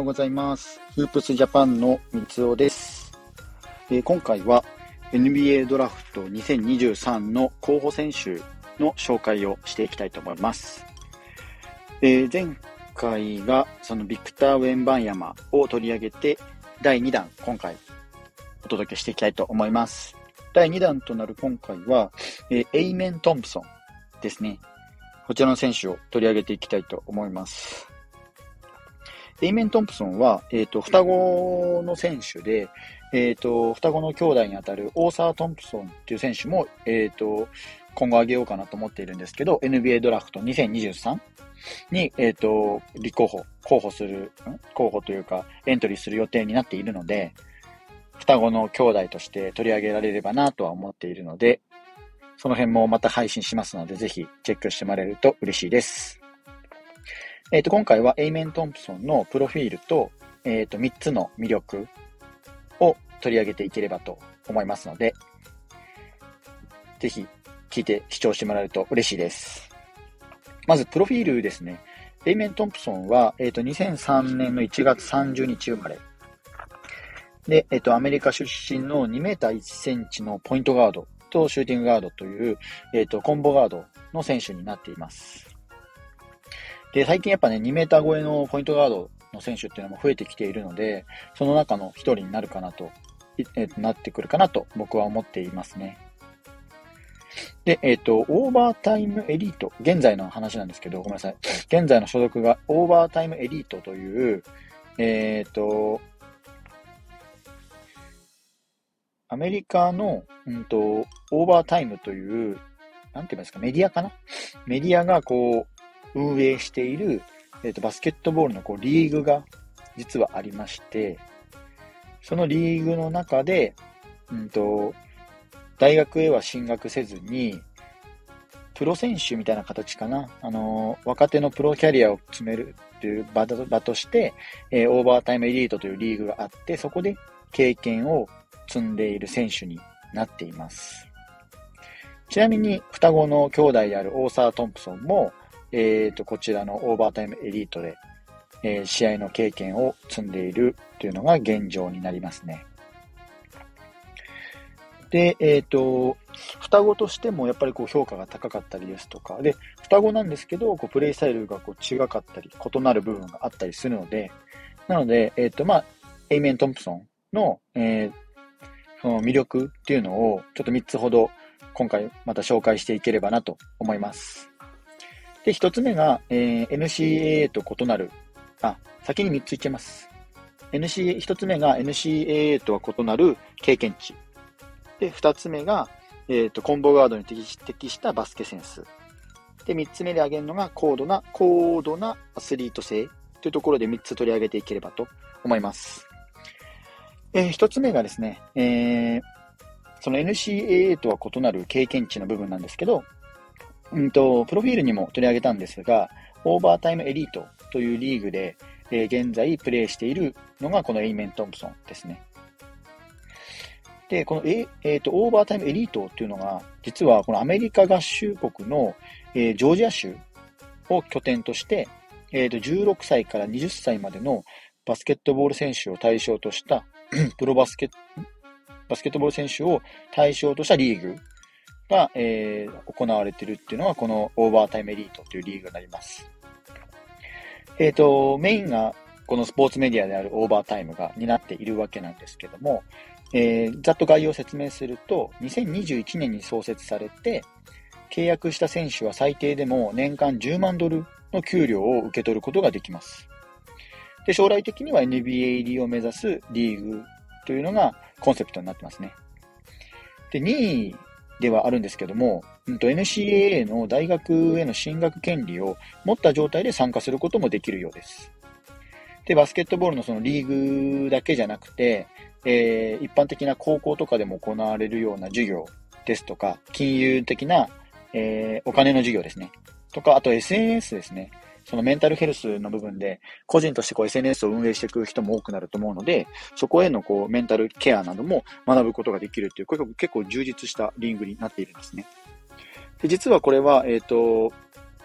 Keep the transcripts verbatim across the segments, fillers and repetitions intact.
ございます。フープスジャパンの三尾です。えー、今回は エヌビーエー ドラフトにせんにじゅうさんの候補選手の紹介をしていきたいと思います。えー、前回がそのビクター・ウェンバンヤマを取り上げてだいにだん、今回お届けしていきたいと思います。だいにだんとなる今回は、えー、エイメン・トンプソンですね。こちらの選手を取り上げていきたいと思います。エイメン・トンプソンは、えっと、双子の選手で、えっと、双子の兄弟にあたるオーサー・トンプソンっていう選手も、えっと、今後挙げようかなと思っているんですけど、エヌビーエー ドラフトにせんにじゅうさんに、えっと、立候補、候補する、候補というか、エントリーする予定になっているので、双子の兄弟として取り上げられればなとは思っているので、その辺もまた配信しますので、ぜひチェックしてもらえると嬉しいです。えっと、今回はエイメン・トンプソンのプロフィールと、えっと、みっつの魅力を取り上げていければと思いますので、ぜひ聞いて視聴してもらえると嬉しいです。まず、プロフィールですね。エイメン・トンプソンは、えっと、にせんさんねんのいちがつさんじゅうにち生まれ。で、えっと、アメリカ出身のにメーターいちセンチのポイントガードとシューティングガードという、えっと、コンボガードの選手になっています。で、最近やっぱね、にメーター超えのポイントガードの選手っていうのも増えてきているので、その中の一人になるかなと、えっと、なってくるかなと僕は思っていますね。で、えっと、オーバータイムエリート、現在の話なんですけど、ごめんなさい。現在の所属がオーバータイムエリートという、えっと、アメリカの、うんと、オーバータイムという、なんて言いますか、メディアかなメディアがこう、運営している、えっと、バスケットボールのこうリーグが実はありまして、そのリーグの中で、うんと、大学へは進学せずに、プロ選手みたいな形かな。あの、若手のプロキャリアを詰めるっていう場と、場として、えー、オーバータイムエリートというリーグがあって、そこで経験を積んでいる選手になっています。ちなみに、双子の兄弟であるオーサー・トンプソンも、えっと、こちらのオーバータイムエリートで、えー、試合の経験を積んでいるというのが現状になりますね。で、えっと、双子としてもやっぱりこう評価が高かったりですとか、で、双子なんですけど、こうプレイスタイルがこう違かったり、異なる部分があったりするので、なので、えっと、まあ、エイメン・トンプソンの、えー、その魅力っていうのをちょっとみっつほど今回また紹介していければなと思います。で、ひとつめが、えー、エヌシーエーエー と異なる、あ、先にみっついっちゃいます。エヌシーエー、ひとつめが エヌシーエーエー とは異なる経験値。で、ふたつめが、えっと、コンボガードに適したバスケセンス。で、みっつめで挙げるのが高度な、高度なアスリート性というところでみっつ取り上げていければと思います。えー、ひとつめがですね、えー、その エヌシーエーエー とは異なる経験値の部分なんですけど、うんと、プロフィールにも取り上げたんですが、オーバータイムエリートというリーグで、えー、現在プレーしているのがこのエイメン・トンプソンですね。で、この、ええーと、オーバータイムエリートっていうのが、実はこのアメリカ合衆国の、えー、ジョージア州を拠点として、えーと、じゅうろくさいからはたちまでのバスケットボール選手を対象としたプロバスケ、バスケットボール選手を対象としたリーグが、えー、行われているっていうのがこのオーバータイムエリートというリーグになります。えっと、メインがこのスポーツメディアであるオーバータイムが担っているわけなんですけども、えー、ざっと概要を説明すると、にせんにじゅういちねんに創設されて、契約した選手は最低でも年間じゅうまんドルの給料を受け取ることができます。で、将来的には エヌビーエー 入りを目指すリーグというのがコンセプトになってますね。で、にいではあるんですけども、エヌシーエーエー の大学への進学権利を持った状態で参加することもできるようです。で、バスケットボールのそのリーグだけじゃなくて、えー、一般的な高校とかでも行われるような授業ですとか、金融的な、えー、お金の授業ですね。とか、あと エスエヌエス ですね。そのメンタルヘルスの部分で、個人としてこう エスエヌエス を運営していく人も多くなると思うので、そこへのこうメンタルケアなども学ぶことができるという、これ結構充実したリングになっているんですね。で、実はこれは、えっと、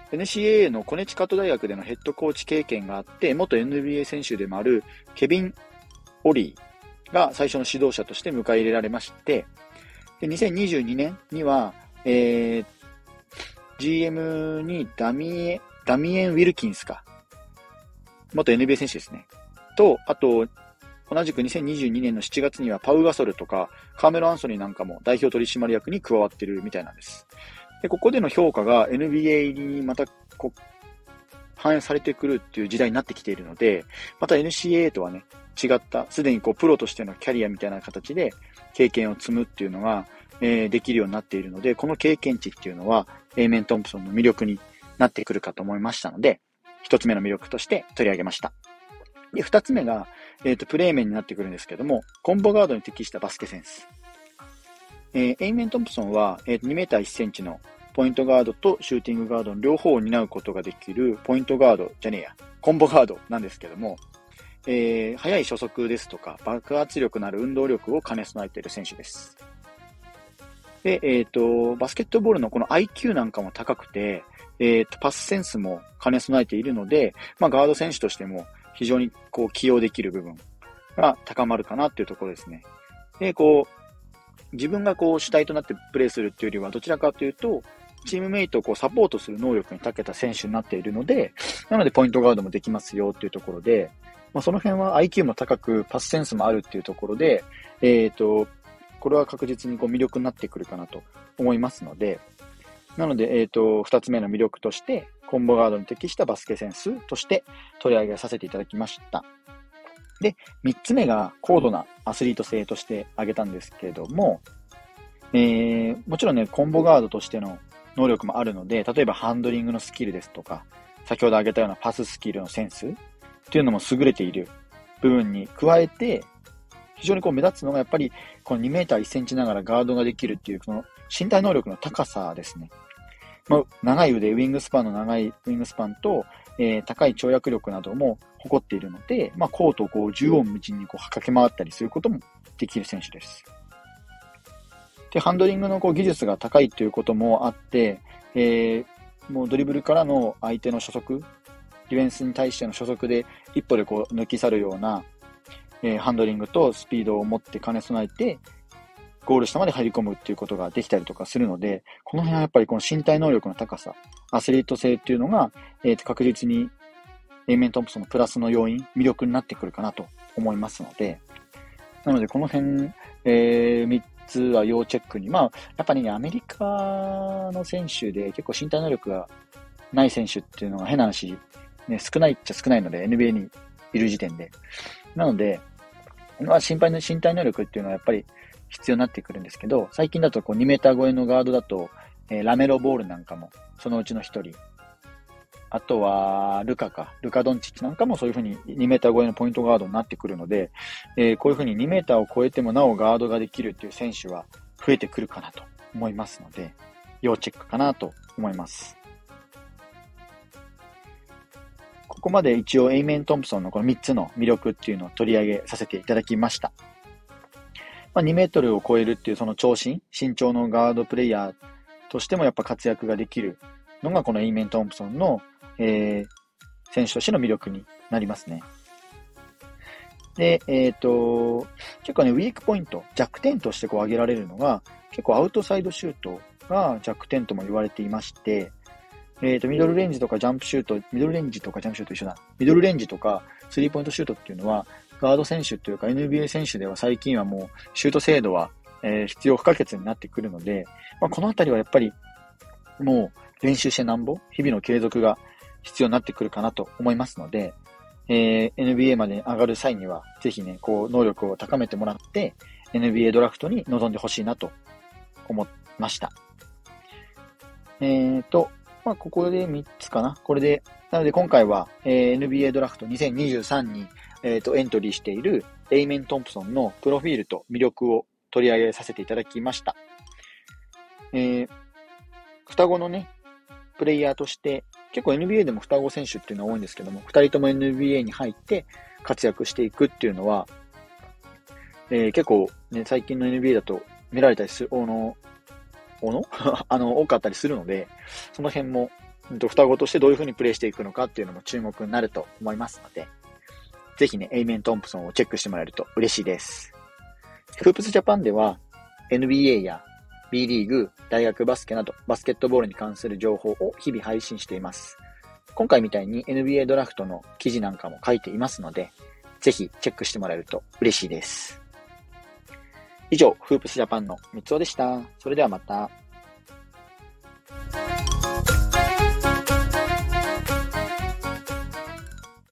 エヌシーエーエー のコネチカット大学でのヘッドコーチ経験があって、元 エヌビーエー 選手でもあるケビン・オリーが最初の指導者として迎え入れられまして、でにせんにじゅうにねんには、えー、ジーエム にダミエ、ダミエン・ウィルキンスか。元 エヌビーエー 選手ですね。と、あと、同じくにせんにじゅうにねんのしちがつにはパウ・ガソルとかカーメロ・アンソニーなんかも代表取締役に加わっているみたいなんです。で、ここでの評価が エヌビーエー 入りにまたこ反映されてくるっていう時代になってきているので、また エヌシーエーエー とはね、違った、すでにこうプロとしてのキャリアみたいな形で経験を積むっていうのが、えー、できるようになっているので、この経験値っていうのは、エイメン・トンプソンの魅力になってくるかと思いましたので、一つ目の魅力として取り上げました。で、二つ目が、えっと、プレー面になってくるんですけども、コンボガードに適したバスケセンス。えー、エイメン・トンプソンは、えー、にメーターいちセンチのポイントガードとシューティングガードの両方を担うことができるポイントガードじゃねえや、コンボガードなんですけども、えー、速い初速ですとか爆発力のある運動力を兼ね備えている選手です。で、えっと、バスケットボールのこの アイキュー なんかも高くて、えっと、パスセンスも兼ね備えているので、まあ、ガード選手としても非常にこう起用できる部分が高まるかなっていうところですね。で、こう、自分がこう主体となってプレーするっていうよりはどちらかというと、チームメイトをこうサポートする能力に長けた選手になっているので、なのでポイントガードもできますよっていうところで、まあ、その辺は アイキュー も高くパスセンスもあるっていうところで、えっと、これは確実にこう魅力になってくるかなと思いますので、なので、えっと、二つ目の魅力として、コンボガードに適したバスケセンスとして取り上げさせていただきました。で、三つ目が高度なアスリート性として挙げたんですけれども、えー、もちろんね、コンボガードとしての能力もあるので、例えばハンドリングのスキルですとか、先ほど挙げたようなパススキルのセンスっていうのも優れている部分に加えて、非常にこう目立つのがやっぱりこのにメーターいちセンチながらガードができるっていうこの身体能力の高さですね。まあ、長い腕、ウィングスパンの長いウィングスパンと、えー、高い跳躍力なども誇っているので、まあ、コートをこう縦横無尽にこう駆け回ったりすることもできる選手です。で、ハンドリングのこう技術が高いということもあって、えー、もうドリブルからの相手の初速、ディフェンスに対しての初速で一歩でこう抜き去るような、えー、ハンドリングとスピードを持って兼ね備えて、ゴール下まで入り込むっていうことができたりとかするので、この辺はやっぱりこの身体能力の高さ、アスリート性っていうのが、えー、確実にエイメン・トンプソンのプラスの要因、魅力になってくるかなと思いますので、なのでこの辺、えー、みっつは要チェックに、まあ、やっぱりね、アメリカの選手で結構身体能力がない選手っていうのが変な話、ね、少ないっちゃ少ないので、エヌビーエー にいる時点で。なので、まあ、心配な身体能力っていうのはやっぱり必要になってくるんですけど、最近だとこうにメーター超えのガードだと、えー、ラメロボールなんかもそのうちの一人。あとは、ルカか。ルカドンチッチなんかもそういうふうににメーター超えのポイントガードになってくるので、えー、こういうふうににメーターを超えてもなおガードができるっていう選手は増えてくるかなと思いますので、要チェックかなと思います。ここまで一応エイメン・トンプソンのこのみっつの魅力っていうのを取り上げさせていただきました。まあ、にメートルを超えるっていうその長身、身長のガードプレイヤーとしてもやっぱ活躍ができるのがこのエイメン・トンプソンの、えー、選手としての魅力になりますね。で、えっと、結構ね、ウィークポイント、弱点としてこう挙げられるのが、結構アウトサイドシュートが弱点とも言われていまして、えっと、ミドルレンジとかジャンプシュート、ミドルレンジとかジャンプシュート一緒だ。ミドルレンジとかスリーポイントシュートっていうのは、ガード選手というか エヌビーエー 選手では最近はもうシュート精度は、えー、必要不可欠になってくるので、まあ、このあたりはやっぱりもう練習してなんぼ、日々の継続が必要になってくるかなと思いますので、えー、エヌビーエー まで上がる際には、ぜひね、こう、能力を高めてもらって、エヌビーエー ドラフトに臨んでほしいなと思いました。えーと、まあ、ここでみっつかな。これで、なので今回は、えー、エヌビーエー ドラフトにせんにじゅうさんに、えーと、エントリーしているエイメン・トンプソンのプロフィールと魅力を取り上げさせていただきました。えー、双子のね、プレイヤーとして、結構 エヌビーエー でも双子選手っていうのは多いんですけども、二人とも エヌビーエー に入って活躍していくっていうのは、えー、結構ね、最近の エヌビーエー だと見られたりする、おの、おのあの、多かったりするので、その辺も双子としてどういう風にプレーしていくのかっていうのも注目になると思いますので、ぜひね、エイメン・トンプソンをチェックしてもらえると嬉しいです。フープスジャパンでは エヌビーエー や B リーグ、大学バスケなどバスケットボールに関する情報を日々配信しています。今回みたいに エヌビーエー ドラフトの記事なんかも書いていますので、ぜひチェックしてもらえると嬉しいです。以上、フープスジャパンのみつおでした。それではまた。